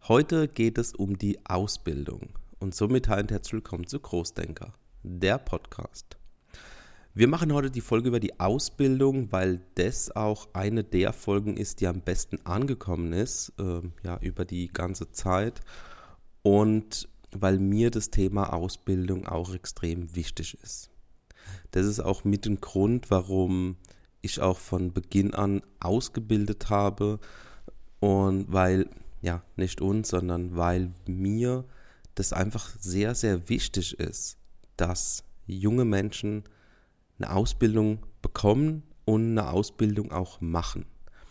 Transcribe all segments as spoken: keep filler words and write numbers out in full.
Heute geht es um die Ausbildung und somit ein herzlich willkommen zu Großdenker, der Podcast. Wir machen heute die Folge über die Ausbildung, weil das auch eine der Folgen ist, die am besten angekommen ist, äh, ja, über die ganze Zeit und weil mir das Thema Ausbildung auch extrem wichtig ist. Das ist auch mit dem Grund, warum ich auch von Beginn an ausgebildet habe und weil, ja, nicht uns, sondern weil mir das einfach sehr, sehr wichtig ist, dass junge Menschen eine Ausbildung bekommen und eine Ausbildung auch machen.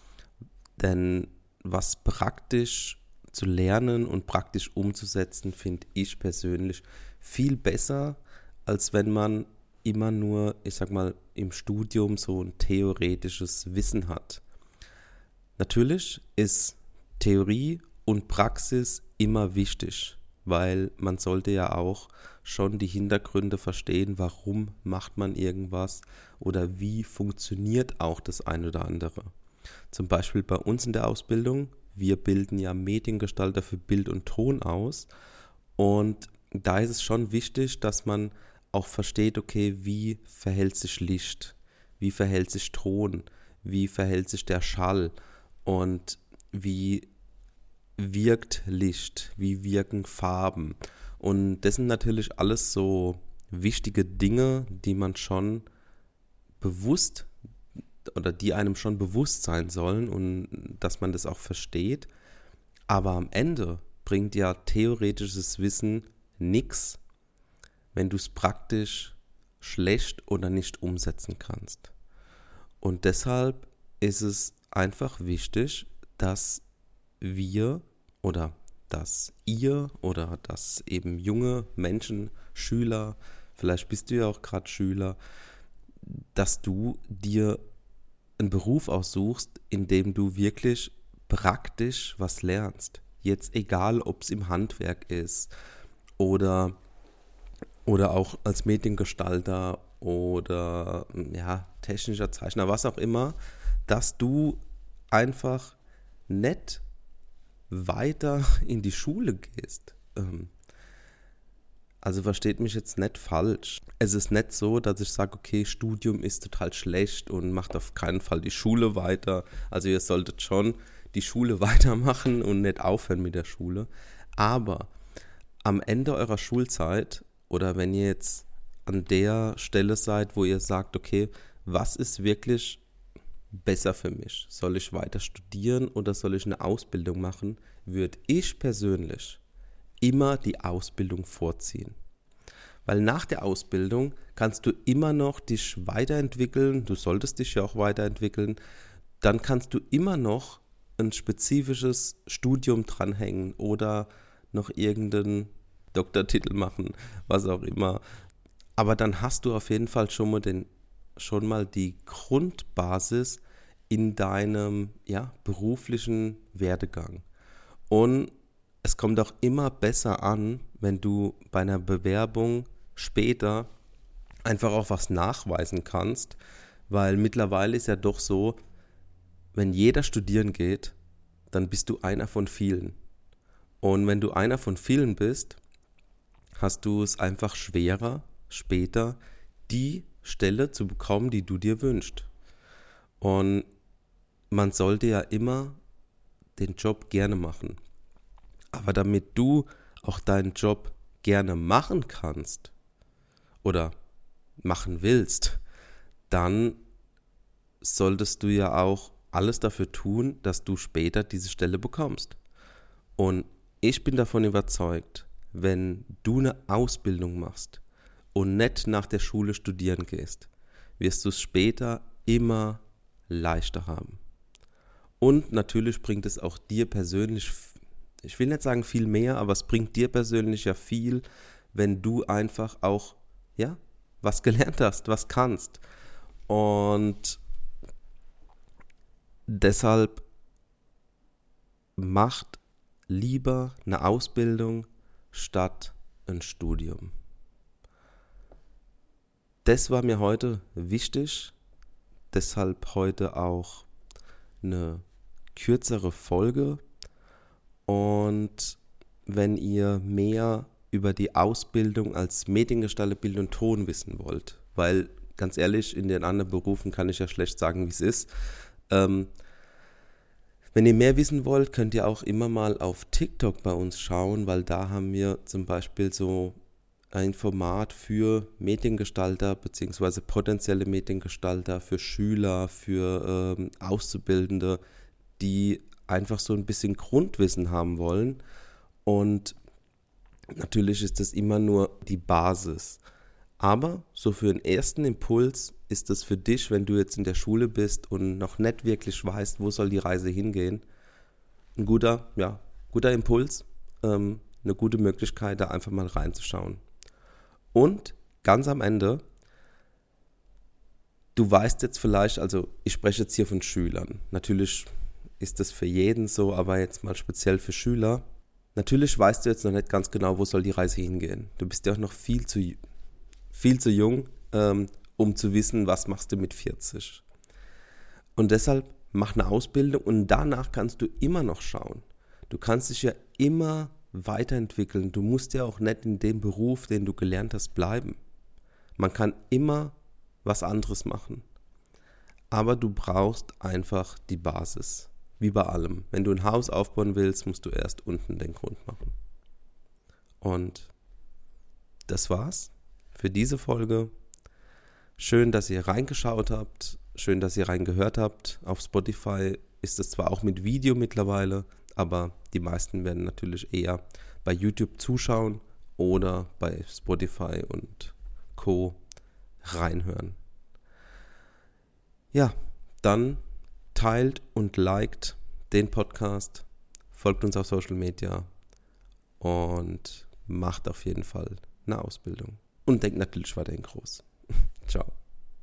Denn was praktisch zu lernen und praktisch umzusetzen, finde ich persönlich viel besser, als wenn man immer nur, ich sag mal, im Studium so ein theoretisches Wissen hat. Natürlich ist Theorie und Praxis immer wichtig, weil man sollte ja auch schon die Hintergründe verstehen, warum macht man irgendwas oder wie funktioniert auch das eine oder andere. Zum Beispiel bei uns in der Ausbildung, wir bilden ja Mediengestalter für Bild und Ton aus und da ist es schon wichtig, dass man auch versteht, okay, wie verhält sich Licht, wie verhält sich Ton, wie verhält sich der Schall und wie wirkt Licht, wie wirken Farben. Und das sind natürlich alles so wichtige Dinge, die man schon bewusst oder die einem schon bewusst sein sollen und dass man das auch versteht. Aber am Ende bringt ja theoretisches Wissen nichts, wenn du es praktisch schlecht oder nicht umsetzen kannst. Und deshalb ist es einfach wichtig, dass wir oder dass ihr oder dass eben junge Menschen, Schüler, vielleicht bist du ja auch gerade Schüler, dass du dir einen Beruf aussuchst, in dem du wirklich praktisch was lernst. Jetzt egal, ob es im Handwerk ist oder, oder auch als Mediengestalter oder ja, technischer Zeichner, was auch immer, dass du einfach nicht weiter in die Schule gehst. Also versteht mich jetzt nicht falsch. Es ist nicht so, dass ich sage, okay, Studium ist total schlecht und macht auf keinen Fall die Schule weiter. Also ihr solltet schon die Schule weitermachen und nicht aufhören mit der Schule. Aber am Ende eurer Schulzeit oder wenn ihr jetzt an der Stelle seid, wo ihr sagt, okay, was ist wirklich besser für mich? Soll ich weiter studieren oder soll ich eine Ausbildung machen? Würde ich persönlich immer die Ausbildung vorziehen. Weil nach der Ausbildung kannst du immer noch dich weiterentwickeln, du solltest dich ja auch weiterentwickeln, dann kannst du immer noch ein spezifisches Studium dranhängen oder noch irgendeinen Doktortitel machen, was auch immer. Aber dann hast du auf jeden Fall schon mal, den, schon mal die Grundbasis in deinem ja, beruflichen Werdegang. Und es kommt auch immer besser an, wenn du bei einer Bewerbung später einfach auch was nachweisen kannst, weil mittlerweile ist ja doch so, wenn jeder studieren geht, dann bist du einer von vielen. Und wenn du einer von vielen bist, hast du es einfach schwerer, später die Stelle zu bekommen, die du dir wünschst. Und man sollte ja immer den Job gerne machen. Aber damit du auch deinen Job gerne machen kannst oder machen willst, dann solltest du ja auch alles dafür tun, dass du später diese Stelle bekommst. Und ich bin davon überzeugt, wenn du eine Ausbildung machst und nicht nach der Schule studieren gehst, wirst du es später immer leichter haben. Und natürlich bringt es auch dir persönlich, ich will nicht sagen viel mehr, aber es bringt dir persönlich ja viel, wenn du einfach auch, ja, was gelernt hast, was kannst. Und deshalb macht lieber eine Ausbildung statt ein Studium. Das war mir heute wichtig, deshalb heute auch eine kürzere Folge Und wenn ihr mehr über die Ausbildung als Mediengestalter Bild und Ton wissen wollt, weil ganz ehrlich, in den anderen Berufen kann ich ja schlecht sagen, wie es ist. Ähm, wenn ihr mehr wissen wollt, könnt ihr auch immer mal auf TikTok bei uns schauen, weil da haben wir zum Beispiel so ein Format für Mediengestalter bzw. potenzielle Mediengestalter, für Schüler, für ähm, Auszubildende, die einfach so ein bisschen Grundwissen haben wollen. Und natürlich ist das immer nur die Basis. Aber so für den ersten Impuls ist das für dich, wenn du jetzt in der Schule bist und noch nicht wirklich weißt, wo soll die Reise hingehen, ein guter, ja, guter Impuls, ähm, eine gute Möglichkeit, da einfach mal reinzuschauen. Und ganz am Ende, du weißt jetzt vielleicht, also ich spreche jetzt hier von Schülern, natürlich ist das für jeden so, aber jetzt mal speziell für Schüler, natürlich weißt du jetzt noch nicht ganz genau, wo soll die Reise hingehen. Du bist ja auch noch viel zu, viel zu jung, ähm, um zu wissen, was machst du mit vierzig. Und deshalb mach eine Ausbildung und danach kannst du immer noch schauen. Du kannst dich ja immer weiterentwickeln. Du musst ja auch nicht in dem Beruf, den du gelernt hast, bleiben. Man kann immer was anderes machen. Aber du brauchst einfach die Basis. Wie bei allem. Wenn du ein Haus aufbauen willst, musst du erst unten den Grund machen. Und das war's für diese Folge. Schön, dass ihr reingeschaut habt. Schön, dass ihr reingehört habt. Auf Spotify ist es zwar auch mit Video mittlerweile, aber die meisten werden natürlich eher bei YouTube zuschauen oder bei Spotify und Co. reinhören. Ja, dann teilt und liked den Podcast, folgt uns auf Social Media und macht auf jeden Fall eine Ausbildung. Und denkt natürlich weiterhin groß. Ciao.